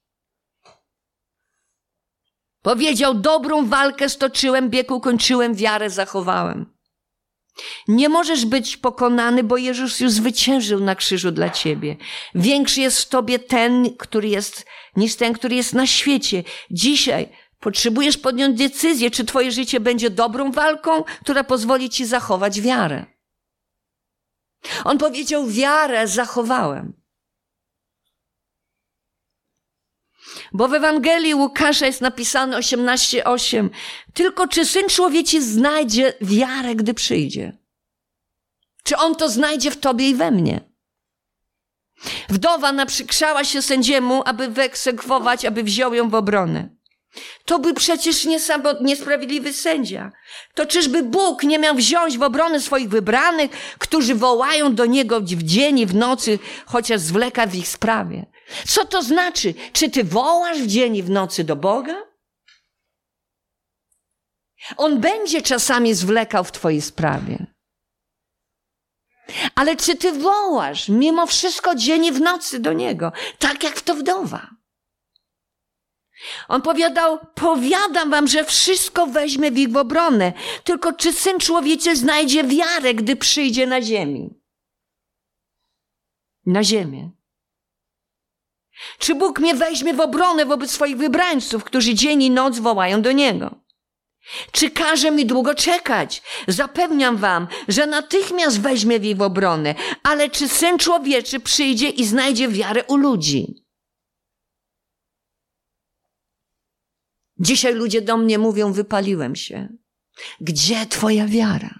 Powiedział, dobrą walkę stoczyłem, bieg ukończyłem, wiarę zachowałem. Nie możesz być pokonany, bo Jezus już zwyciężył na krzyżu dla ciebie. Większy jest w tobie ten, niż ten, który jest na świecie. Dzisiaj potrzebujesz podjąć decyzję, czy twoje życie będzie dobrą walką, która pozwoli ci zachować wiarę. On powiedział, wiarę zachowałem. Bo w Ewangelii Łukasza jest napisane 18:8. Tylko czy Syn Człowieczy znajdzie wiarę, gdy przyjdzie? Czy On to znajdzie w tobie i we mnie? Wdowa naprzykrzała się sędziemu, aby wyegzekwować, aby wziął ją w obronę. To był przecież niesprawiedliwy sędzia. To czyżby Bóg nie miał wziąć w obronę swoich wybranych, którzy wołają do Niego w dzień i w nocy, chociaż zwleka w ich sprawie? Co to znaczy? Czy ty wołasz w dzień i w nocy do Boga? On będzie czasami zwlekał w twojej sprawie. Ale czy ty wołasz mimo wszystko dzień i w nocy do Niego, tak jak to wdowa? On powiadam wam, że wszystko weźmie w ich obronę, tylko czy Syn Człowieczy znajdzie wiarę, gdy przyjdzie na ziemi? Na ziemię. Czy Bóg mnie weźmie w obronę wobec swoich wybrańców, którzy dzień i noc wołają do Niego? Czy każe mi długo czekać? Zapewniam wam, że natychmiast weźmie ich w obronę, ale czy Syn Człowieczy przyjdzie i znajdzie wiarę u ludzi? Dzisiaj ludzie do mnie mówią, wypaliłem się. Gdzie twoja wiara?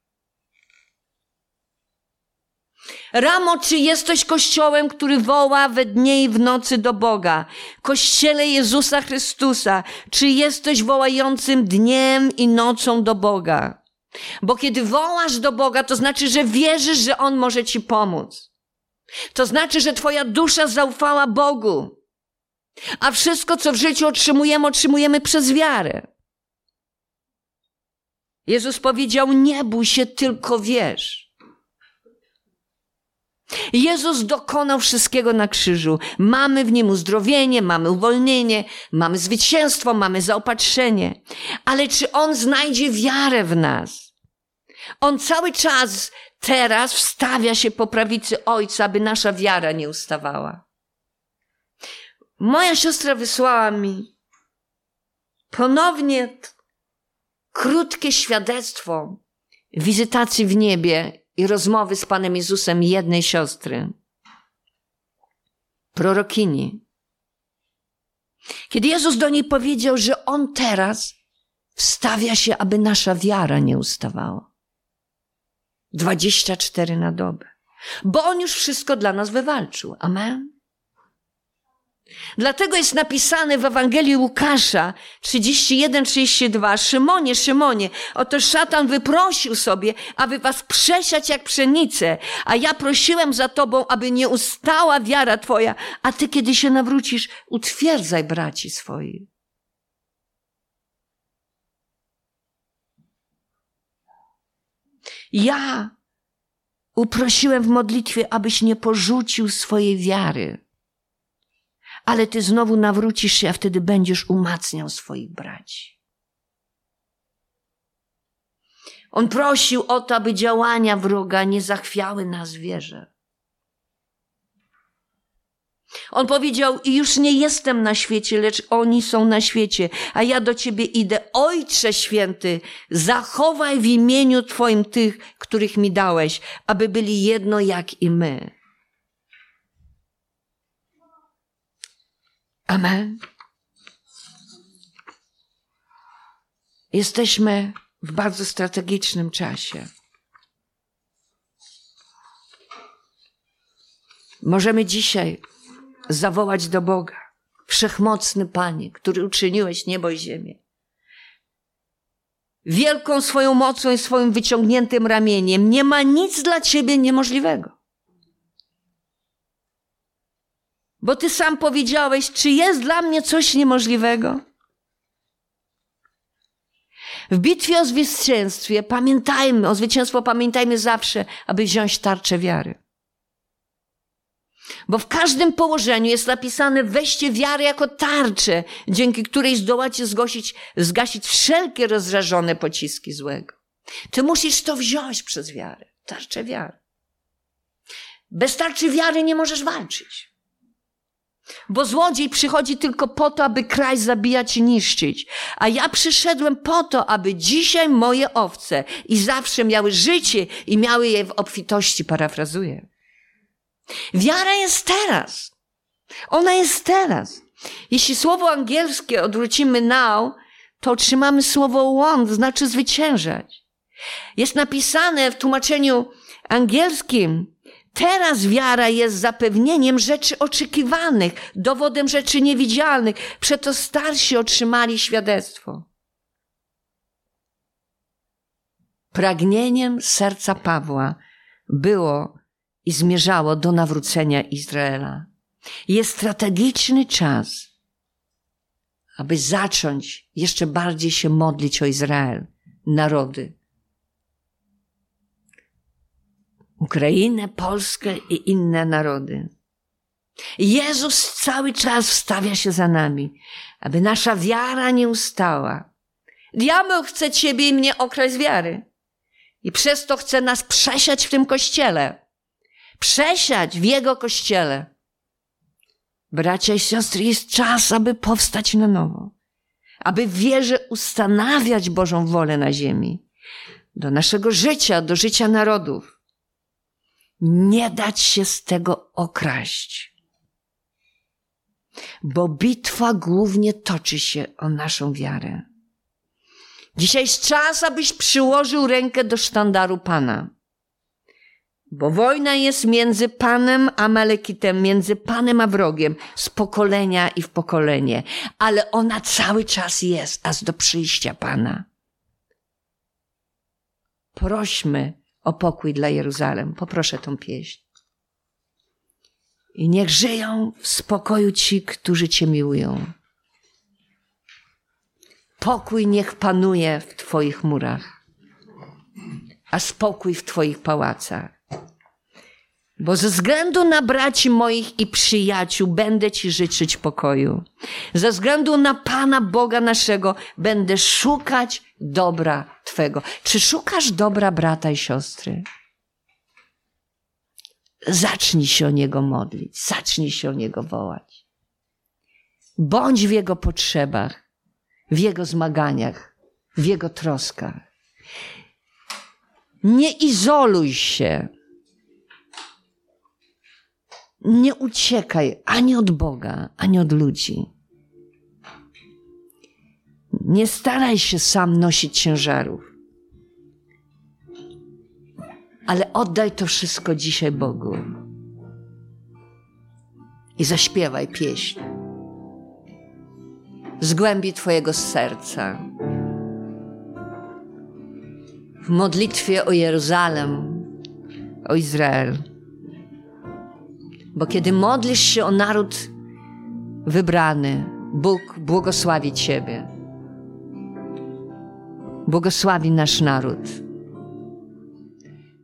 Ramo, czy jesteś kościołem, który woła we dnie i w nocy do Boga? Kościele Jezusa Chrystusa, czy jesteś wołającym dniem i nocą do Boga? Bo kiedy wołasz do Boga, to znaczy, że wierzysz, że On może ci pomóc. To znaczy, że twoja dusza zaufała Bogu. A wszystko, co w życiu otrzymujemy przez wiarę. Jezus powiedział, nie bój się, tylko wierz. Jezus dokonał wszystkiego na krzyżu. Mamy w Nim uzdrowienie, mamy uwolnienie, mamy zwycięstwo, mamy zaopatrzenie. Ale czy On znajdzie wiarę w nas? On cały czas teraz wstawia się po prawicy Ojca, aby nasza wiara nie ustawała. Moja siostra wysłała mi ponownie krótkie świadectwo wizytacji w niebie i rozmowy z Panem Jezusem jednej siostry, prorokini. Kiedy Jezus do niej powiedział, że On teraz wstawia się, aby nasza wiara nie ustawała. 24 na dobę. Bo On już wszystko dla nas wywalczył. Amen. Dlatego jest napisane w Ewangelii Łukasza 31-32. Szymonie, Szymonie, oto szatan wyprosił sobie, aby was przesiać jak pszenicę, a ja prosiłem za tobą, aby nie ustała wiara twoja, a ty, kiedy się nawrócisz, utwierdzaj braci swoich. Ja uprosiłem w modlitwie, abyś nie porzucił swojej wiary. Ale ty znowu nawrócisz się, a wtedy będziesz umacniał swoich braci. On prosił o to, aby działania wroga nie zachwiały nas w wierze. On powiedział, i już nie jestem na świecie, lecz oni są na świecie, a ja do ciebie idę. Ojcze Święty, zachowaj w imieniu Twoim tych, których mi dałeś, aby byli jedno jak i my. Amen. Jesteśmy w bardzo strategicznym czasie. Możemy dzisiaj zawołać do Boga. Wszechmocny Panie, który uczyniłeś niebo i ziemię. Wielką swoją mocą i swoim wyciągniętym ramieniem. Nie ma nic dla Ciebie niemożliwego. Bo Ty sam powiedziałeś, czy jest dla mnie coś niemożliwego? W bitwie o zwycięstwo pamiętajmy zawsze, aby wziąć tarczę wiary. Bo w każdym położeniu jest napisane, weźcie wiarę jako tarczę, dzięki której zdołacie zgasić wszelkie rozżarzone pociski złego. Ty musisz to wziąć przez wiarę, tarczę wiary. Bez tarczy wiary nie możesz walczyć. Bo złodziej przychodzi tylko po to, aby kraść, zabijać i niszczyć. A ja przyszedłem po to, aby dzisiaj moje owce i zawsze miały życie i miały je w obfitości, parafrazuję. Wiara jest teraz. Ona jest teraz. Jeśli słowo angielskie odwrócimy now, to otrzymamy słowo want, znaczy zwyciężać. Jest napisane w tłumaczeniu angielskim: teraz wiara jest zapewnieniem rzeczy oczekiwanych, dowodem rzeczy niewidzialnych. Przeto starsi otrzymali świadectwo. Pragnieniem serca Pawła było i zmierzało do nawrócenia Izraela. Jest strategiczny czas, aby zacząć jeszcze bardziej się modlić o Izrael, narody. Ukrainę, Polskę i inne narody. Jezus cały czas wstawia się za nami, aby nasza wiara nie ustała. Diabeł chce ciebie i mnie okraść z wiary. I przez to chce nas przesiać w tym kościele. Przesiać w jego kościele. Bracia i siostry, jest czas, aby powstać na nowo. Aby w wierze ustanawiać Bożą wolę na ziemi. Do naszego życia, do życia narodów. Nie dać się z tego okraść. Bo bitwa głównie toczy się o naszą wiarę. Dzisiaj jest czas, abyś przyłożył rękę do sztandaru Pana. Bo wojna jest między Panem a Amalekitem, między Panem a wrogiem, z pokolenia i w pokolenie. Ale ona cały czas jest, aż do przyjścia Pana. Prośmy o pokój dla Jeruzalem. Poproszę tą pieśń. I niech żyją w spokoju ci, którzy Cię miłują. Pokój niech panuje w Twoich murach, a spokój w Twoich pałacach. Bo ze względu na braci moich i przyjaciół będę Ci życzyć pokoju. Ze względu na Pana Boga naszego będę szukać dobra Twego. Czy szukasz dobra brata i siostry? Zacznij się o Niego modlić. Zacznij się o Niego wołać. Bądź w Jego potrzebach, w Jego zmaganiach, w Jego troskach. Nie izoluj się. Nie uciekaj ani od Boga, ani od ludzi. Nie staraj się sam nosić ciężarów. Ale oddaj to wszystko dzisiaj Bogu. I zaśpiewaj pieśń. Z głębi Twojego serca. W modlitwie o Jeruzalem, o Izrael. Bo kiedy modlisz się o naród wybrany, Bóg błogosławi Ciebie. Błogosławi nasz naród.